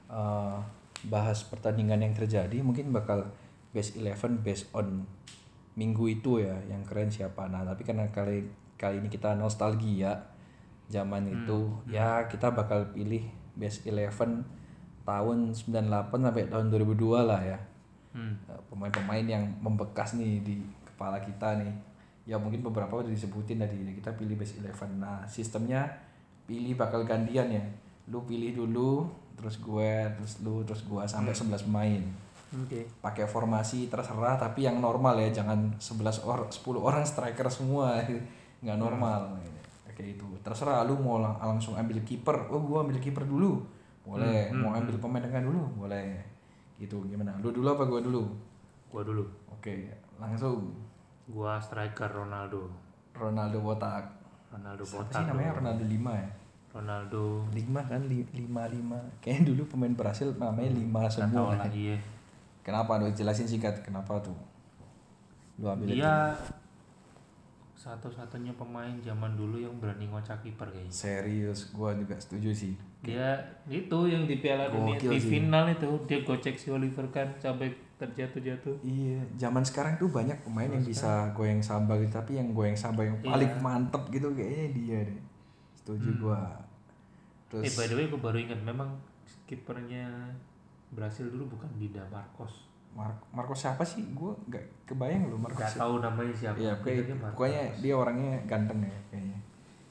bahas pertandingan yang terjadi mungkin bakal best 11 based on minggu itu ya, yang keren siapa. Nah tapi karena kali ini kita nostalgia zaman itu ya kita bakal pilih best 11 tahun 98 sampai tahun 2002 lah ya. Pemain-pemain yang membekas nih di kepala kita nih. Ya mungkin beberapa udah disebutin tadi, kita pilih best 11. Nah sistemnya pilih bakal gantian ya. Lu pilih dulu, terus gue, terus lu, terus gue sampai 11 pemain. Pakai formasi terserah tapi yang normal ya, jangan 10 orang striker semua. Nggak normal. Kayak itu. Terserah lu mau langsung ambil kiper. Oh gue ambil kiper dulu. Boleh. Mau ambil pemain tengah dulu, boleh. Gitu gimana? Lu dulu apa gue dulu? Gua dulu. Oke, langsung. Gua striker Ronaldo botak. Siapa sih namanya Ronaldo 5 ya? Ronaldo 5 kan 5. Kayaknya dulu pemain Brasil namanya 5 semua. Iya. Kenapa? Lu jelasin singkat kenapa tuh? Lu ambil dia satu-satunya pemain zaman dulu yang berani ngocak kiper kayaknya. Serius, gua juga setuju sih. Dia itu yang di Piala Dunia di final itu dia gocek si Oliver Kahn sampai terjatuh. Iya, zaman sekarang tuh banyak pemain yang bisa goyang samba gitu, tapi yang goyang samba yang paling mantep gitu kayaknya dia deh. Setuju gua. Terus by the way gua baru ingat memang kipernya Brasil dulu bukan Dida Marcos. Marcos siapa sih? Gue gak kebayang loh Marcos. Gak tahu namanya siapa. Iya, pokoknya dia orangnya ganteng ya kayaknya.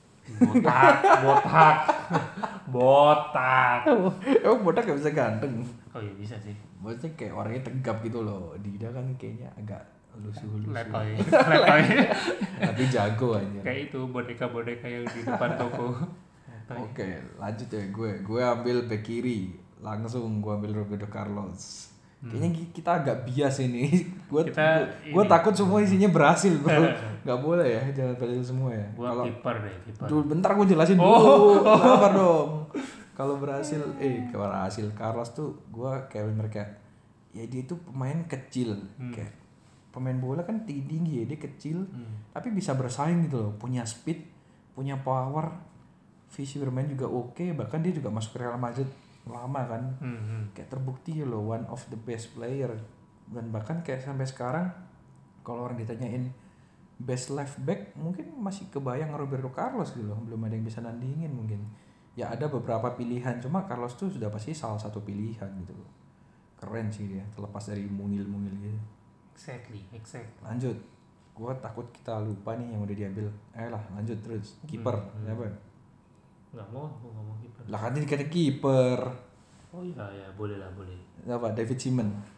Botak. Emang botak gak bisa ganteng? Oh iya bisa sih. Maksudnya kayak orangnya tegap gitu loh. Dida kan kayaknya agak lusuh-lusuh. Letoy. Tapi jago aja. Kayak itu boneka-boneka yang di depan toko. Oke, lanjut ya gue ambil bek kiri. Langsung gue ambil Roberto Carlos. Kayaknya kita agak bias ini. Gue takut semua isinya berhasil bro. Gak boleh ya, jangan berhasil semua ya. Gue kiper deh. Duh, bentar gue jelasin dulu. Sabar dong. Kalau berhasil, Carlos tuh gue kayak mereka. Ya dia tuh pemain kecil. Kayak pemain bola kan tinggi ya, dia kecil. Tapi bisa bersaing gitu loh. Punya speed, punya power. Visi bermain juga oke. Bahkan dia juga masuk ke Real Madrid lama kan, kayak terbukti loh one of the best player. Dan bahkan kayak sampai sekarang kalau orang ditanyain best left back mungkin masih kebayang Roberto Carlos gitu loh, belum ada yang bisa nandingin mungkin. Ya ada beberapa pilihan, cuma Carlos tuh sudah pasti salah satu pilihan gitu loh. Keren sih dia, terlepas dari mungil-mungil gitu. Exactly. Lanjut, gue takut kita lupa nih yang udah diambil. Lanjut terus. Kiper siapa? Gak mau kiper. Lah kan dikata kiper. Oh iya boleh lah. Apa? David Simon.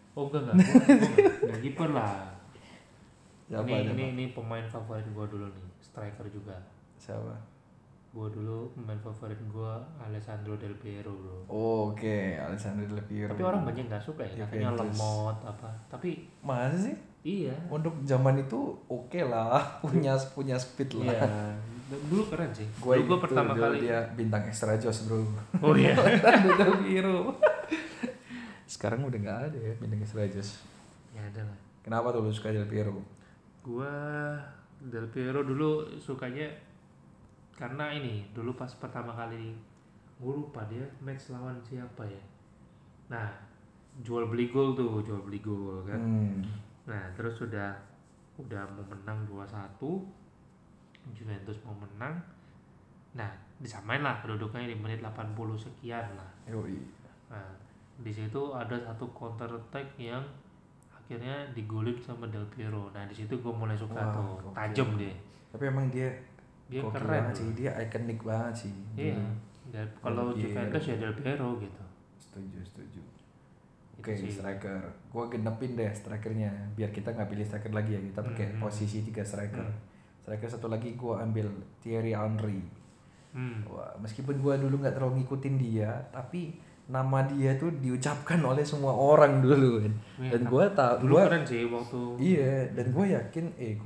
Oh enggak kiper lah. Siapa, Ini pemain favorit gue dulu nih, striker juga. Siapa? Gue dulu pemain favorit gue Alessandro Del Piero bro. Oke, Alessandro Del Piero. Tapi orang banyak nggak suka ya, katanya lemot apa. Tapi masa sih? iya. Untuk zaman itu oke lah, punya speed lah. Iya. Dulu keren sih. Gue pertama kali dia bintang extra Joss bro. Oh iya. Alessandro Del Piero. Sekarang udah nggak ada ya bintang extra Joss. Ya ada lah. Kenapa tuh lu suka Del Piero? Gua Del Piero dulu sukanya karena ini dulu pas pertama kali gue lupa dia match lawan siapa ya. Nah jual beli gol kan. Nah terus udah mau menang 2-1, Juventus mau menang. Nah disamain lah kedudukannya di menit 80 sekian lah. Yoi. Nah di situ ada satu counter attack yang akhirnya digolin sama Del Piero. Nah di situ gue mulai suka tuh, tajam deh. Tapi emang dia keren sih, dia ikonik banget sih. Iya. Kalau Juventus ya Del Piero gitu. Setuju. Oke, striker. Gue genepin deh strikernya, biar kita nggak pilih striker lagi ya, kita pakai posisi 3 striker. Striker satu lagi gue ambil Thierry Henry. Wah, meskipun gue dulu nggak terlalu ngikutin dia, tapi nama dia tuh diucapkan oleh semua orang dulu kan. Ya, Dan gue tahu dulu keren sih waktu. Iya, dan gue yakin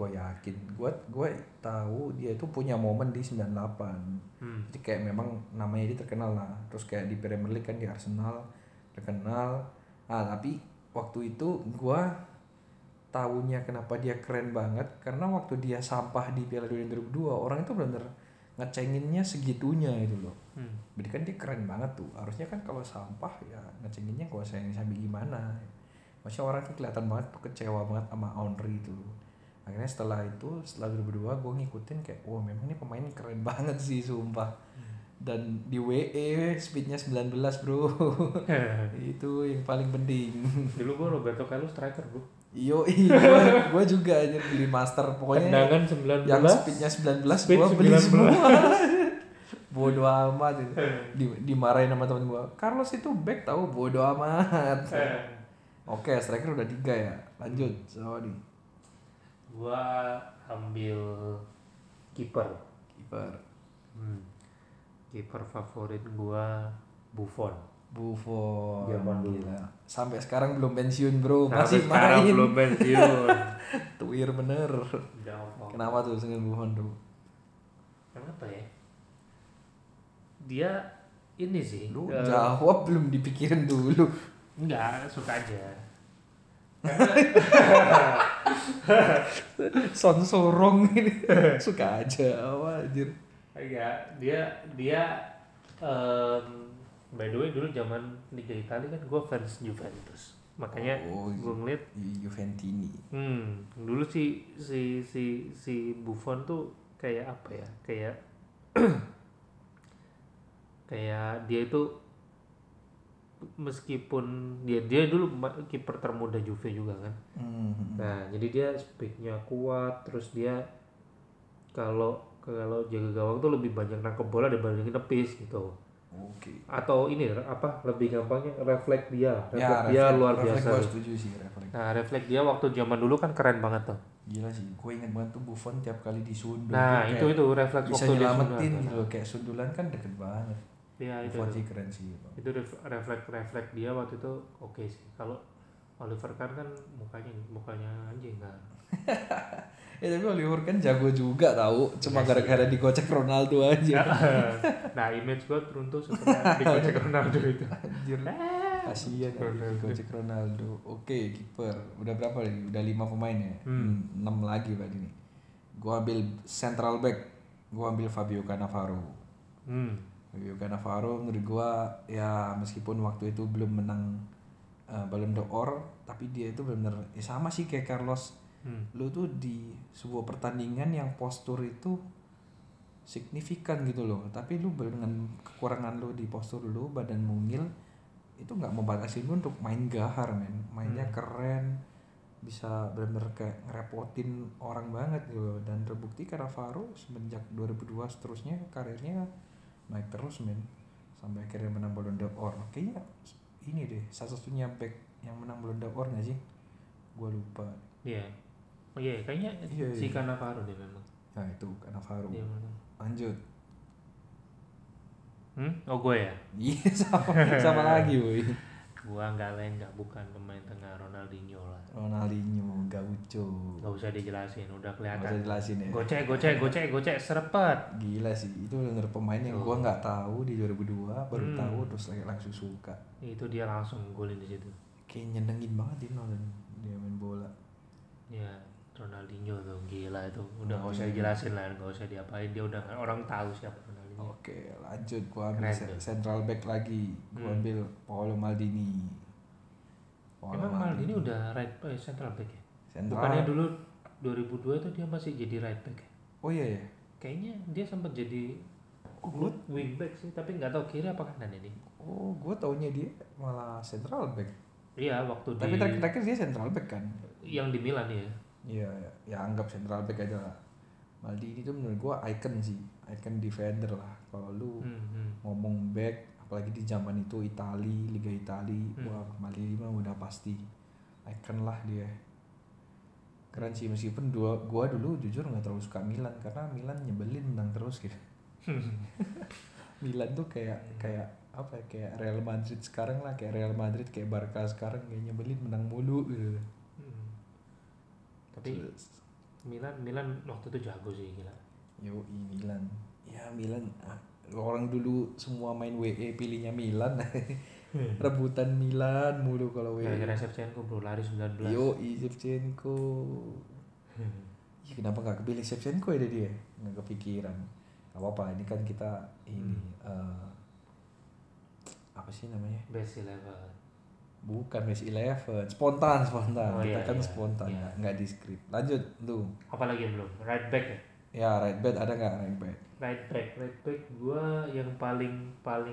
gue tahu dia itu punya momen di 98. Jadi kayak memang namanya dia terkenal lah. Terus kayak di Premier League kan di Arsenal terkenal. Tapi waktu itu gue tahunya kenapa dia keren banget karena waktu dia sampah di Piala Dunia 2002 orang itu benar-benar ngecenginnya segitunya itu loh. Berarti kan dia keren banget tuh. Harusnya kan kalau sampah ya ngecenginnya kalau saya sampai gimana. Maksudnya orang tuh kelihatan banget tuh kecewa banget sama Henry itu. Akhirnya setelah 2002 gue ngikutin kayak memang ini pemain keren banget sih sumpah. Dan di WE speednya 19 bro. Itu yang paling penting. Dulu gue Roberto Carlos striker bro. Gue juga aja beli master pokoknya. Tendangan 19. Yang speednya 19 gue beli semua. Bodoh amat itu. Dimarahin sama temen gue. Carlos itu back tahu, bodoh amat. Oke, striker udah 3 ya. Lanjut, sorry. Gua ambil kiper. Kiper favorit gua Buffon. Zaman gila. Sampai sekarang belum pensiun bro, masih sekarang main. belum pensiun. Tuir bener. Kenapa tuh dengan Buffon tuh? Kenapa ya? Dia ini sih. Lu jawab belum dipikirin dulu. Enggak, suka aja. Son sorong ini. Suka aja anjir. Enggak, dia by the way dulu zaman Liga Italia kan gue fans Juventus. Makanya gue ngeliat Juventini. Dulu si Buffon tuh kayak apa ya? Kayak kayak dia itu meskipun dia dulu kiper termuda Juve juga kan. Nah, jadi dia speednya kuat, terus dia kalau jaga gawang tuh lebih banyak nangkep bola dibandingin nepis gitu. Oke. Atau ini apa lebih gampangnya refleks dia. Luar biasa. Gue setuju sih refleks. Nah, refleks dia waktu zaman dulu kan keren banget tuh. Gila sih, gue inget banget tuh Buffon tiap kali disundul. Nah, itu refleks bisa waktu nyelamatin gitu loh, kayak sundulan kan deket banget. Iya, itu. Buffon sih keren sih. Itu refleks dia waktu itu oke sih. Kalau Oliver Kahn kan mukanya anjing kan. Ya tapi Oliver kan jago juga tahu, cuma gara-gara digocek Ronaldo aja. Nah, image gue teruntuh setelah digocek Ronaldo itu. Anjir. Kasian digocek Ronaldo. Oke, kiper. Udah berapa nih? Udah 5 pemain ya? 6 lagi berarti nih. Gua ambil central back. Gua ambil Fabio Cannavaro. Fabio Cannavaro menurut gua ya meskipun waktu itu belum menang Ballon d'Or, tapi dia itu benar-benar sama sih kayak Carlos. Lu tuh di sebuah pertandingan yang postur itu signifikan gitu loh, tapi lu dengan kekurangan lu di postur lu, badan mungil, itu nggak membatasi lu untuk main gahar mainnya keren, bisa benar-benar kayak ngerepotin orang banget gitu loh. Dan terbukti Cannavaro semenjak 2002 seterusnya karirnya naik terus sampai akhirnya menang Ballon d'Or. Kayaknya ini deh satu-satunya back yang menang Ballon d'Or nggak sih? Gue lupa. Iya. Oh iya, kayaknya Iya, si iya. Cannavaro deh memang. Nah itu Cannavaro. Dia menang. Lanjut. Oh gue ya. Iya sama lagi boy. Gua nggak bukan pemain tengah Ronaldinho lah. Ronaldinho, Gaucho. Gak usah dijelasin, udah kelihatan. Gak usah jelasin ya. Gocek, serepet. Gila sih, itu bener pemain yang gua nggak tahu di 2002 baru tahu terus langsung suka. Itu dia langsung golin di situ. Kayak nyenengin banget dia nonton dia main bola. Ya, Ronaldinho tuh gila itu. Udah nggak usah dijelasin lah, nggak usah diapain, dia udah orang tahu siapa Ronaldinho. Oke, lanjut gua ambil Keren, central back lagi. Gua ambil Paolo Maldini. Emang Maldini udah central back ya? Central. Bukannya dulu 2002 itu dia masih jadi right back ya? Oh iya ya. Kayaknya dia sempat jadi wing back sih, tapi nggak tahu kiri apa kanan ini. Oh, gua taunya dia malah central back. Iya, waktu Tapi terakhir dia central back kan? Yang di Milan ya. Iya, ya anggap central back aja lah. Maldini itu menurut gua icon sih, icon defender lah. Kalau lu ngomong back, apalagi di zaman itu Liga Itali, wah Maldini mah udah pasti icon lah dia. Keren sih, meskipun gua dulu jujur nggak terlalu suka Milan karena Milan nyebelin menang terus gitu. Milan tuh kayak apa ya, kayak Real Madrid sekarang lah, kayak Real Madrid, kayak Barca sekarang, kayak nyebelin menang mulu gitu. Tapi Milan waktu itu jago sih gila. Milan. Ya Milan, orang dulu semua main WE pilihnya Milan. Rebutan Milan mulu kalau WE. Gara-gara Shevchenko bro, lari 19. Shevchenko. Ya, kenapa nggak kepilih Shevchenko ya dia? Nggak kepikiran. Gak apa-apa, ini kan kita apa sih namanya? Best 11. Bukan Best 11, spontan. Oh, kita iya, kan iya, spontan, iya. nggak di skrip. Lanjut lu. Apa lagi belum? Right back ya? Ya right back ada nggak right back? Right back gua yang paling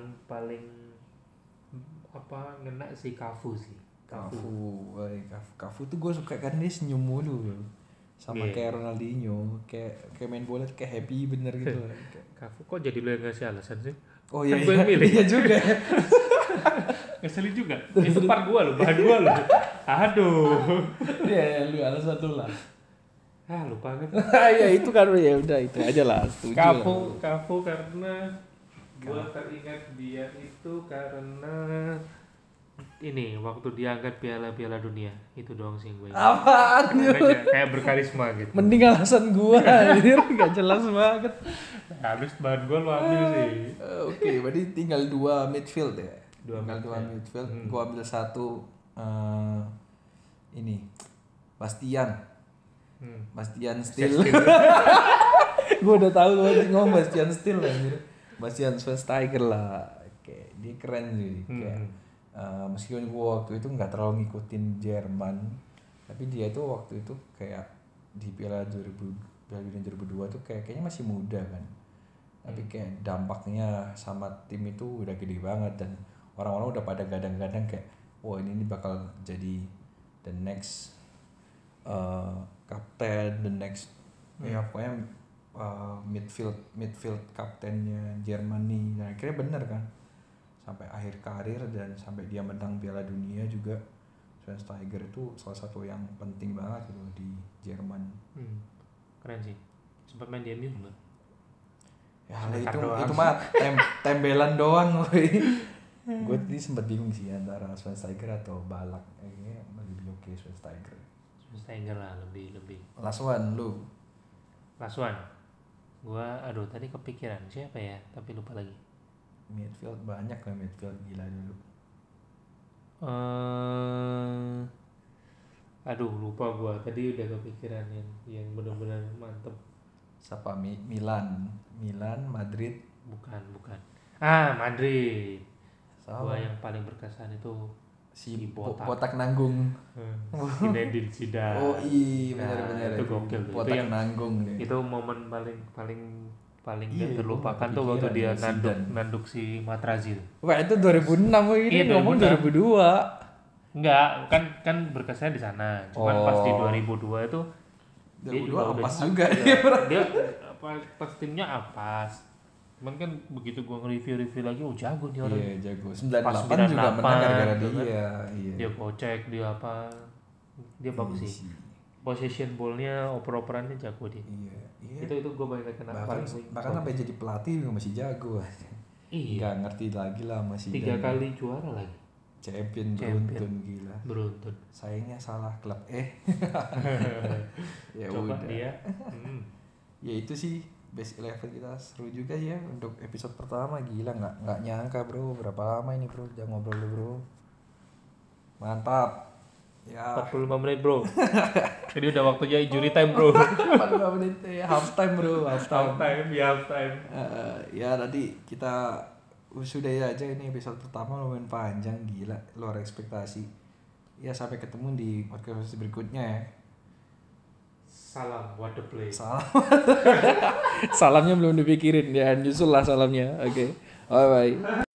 apa ngena si Cafu sih. Cafu tuh gue suka kan dia senyum mulu bro. Sama kayak Ronaldinho, kayak main bola kayak happy bener gitu. Cafu kok jadi lu yang ngasih alasan sih? Oh iya, Kan milih. iya juga. Ngeselin juga. Itu part gua lo, bahan gua lo. Aduh. Iya, lu alasan dulu lah. Lupa kan. Ya itu kan ya udah itu aja lah. Cafu karena gua teringat dia itu karena ini waktu dia angkat piala dunia itu doang sih gue. Apaan kayak berkarisma gitu. Mending alasan gua anjir, enggak jelas banget. Habis bahan gua lo ambil sih. Oke, berarti tinggal 2 midfield ya. Dua midfield. Gua ambil satu ini Bastian Steele. Gue udah tahu lu ngomong Bastian Steele anjir. Bastian Schweinsteiger lah. Kayak dia keren sih. Kayak meskipun gue waktu itu nggak terlalu ngikutin Jerman, tapi dia itu waktu itu kayak di Piala Dunia 2002 tuh kayaknya masih muda kan. Tapi kayak dampaknya sama tim itu udah gede banget dan orang-orang udah pada gadang-gadang kayak wah ini bakal jadi the next kapten, the next ya pokoknya midfield kaptennya Jerman nih. Nah akhirnya bener kan sampai akhir karir dan sampai dia menang Piala Dunia juga. Schweinsteiger itu salah satu yang penting banget gitu di Jerman. Keren sih. Sempat main di MU enggak? Ya itu mah tembelan doang woy. Gue tadi sempat bingung sih antara Schweinsteiger atau Balak. Kayaknya lebih oke Schweinsteiger lah lebih. Last one lu. Gua tadi kepikiran siapa ya tapi lupa lagi. Midfield banyak lah, midfield gila dulu. Lupa gua. Tadi udah kepikiran yang benar-benar mantep. Siapa? Milan, Madrid. Bukan. Madrid. Gua yang paling berkesan itu si botak nanggung. Zinedine Zidane. Oh iya benar. Itu gokil. Botak itu nanggung deh. Itu momen paling gak terlupakan tuh waktu dia nanduk si Materazzi. Wah itu 2006 ini ngomong 2002. Enggak, kan berkesannya di sana. Cuman pas di 2002 itu dia juga pas juga dia pas timnya Ampas. Cuman kan begitu gua nge-review lagi, oh jago nih orang. Iya jago. Pas 98 juga menang gara-gara gitu kan. dia. Iya. Dia gocek, dia apa. Dia bagus sih. sih. Possession ball-nya, oper-operannya jago dia. Iya. Iya. Itu gua banyak kena Bahkan sampai jadi pelatih juga masih jago. Iya. Nggak ngerti lagi lah masih 3 kali juara lagi. Champion beruntun gila. Beruntun. Sayangnya salah klub. Ya Coba udah. dia. Ya itu sih base 11 kita seru juga ya untuk episode pertama. Gila nggak nyangka bro, berapa lama ini bro jangan ngobrol dulu bro. Mantap ya. 45 menit bro. Ini udah waktunya injury time bro. 45 menit ya, half time bro, half time. Half time. Ya tadi kita sudah aja ini episode pertama lumayan panjang gila, luar ekspektasi. Ya sampai ketemu di podcast berikutnya ya. Salam what the play. Salamnya belum dipikirin ya, nyusul lah salamnya. Oke. Bye bye.